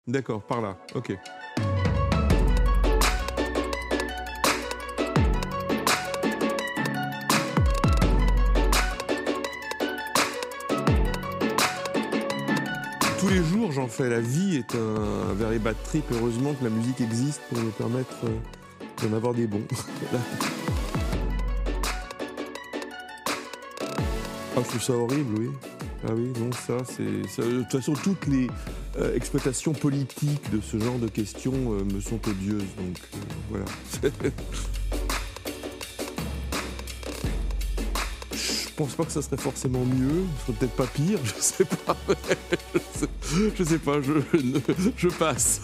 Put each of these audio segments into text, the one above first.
D'accord, par là, ok. Tous les jours, j'en fais. La vie est un very bad trip. Heureusement que la musique existe pour me permettre d'en avoir des bons. Voilà. Ah, je trouve ça horrible, oui. Ah oui, non, ça, c'est... De toute façon, toutes les exploitations politiques de ce genre de questions me sont odieuses, donc voilà. Je pense pas que ça serait forcément mieux, ce serait peut-être pas pire, je sais pas. Je sais pas, je passe.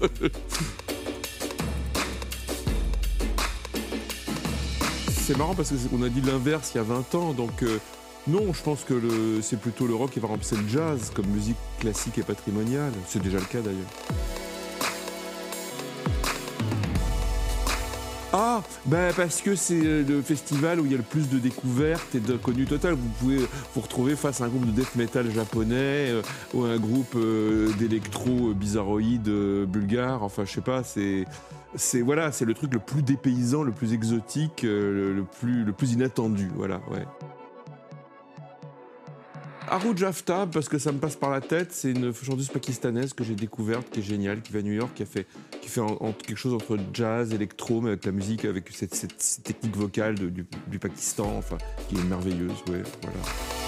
C'est marrant parce qu'on a dit l'inverse il y a 20 ans, donc non, je pense que c'est plutôt le rock qui va remplacer le jazz comme musique classique et patrimoniale. C'est déjà le cas d'ailleurs. Ah, bah parce que c'est le festival où il y a le plus de découvertes et d'inconnus total. Vous pouvez vous retrouver face à un groupe de death metal japonais ou à un groupe d'électro bizarroïde bulgare. Enfin, je sais pas, voilà, c'est le truc le plus dépaysant, le plus exotique, le plus inattendu. Voilà, ouais. Arooj Aftab, parce que ça me passe par la tête, c'est une chanteuse pakistanaise que j'ai découverte, qui est géniale, qui va à New York, qui fait quelque chose entre jazz, électro, mais avec la musique, avec cette technique vocale du Pakistan, enfin, qui est merveilleuse, ouais, voilà.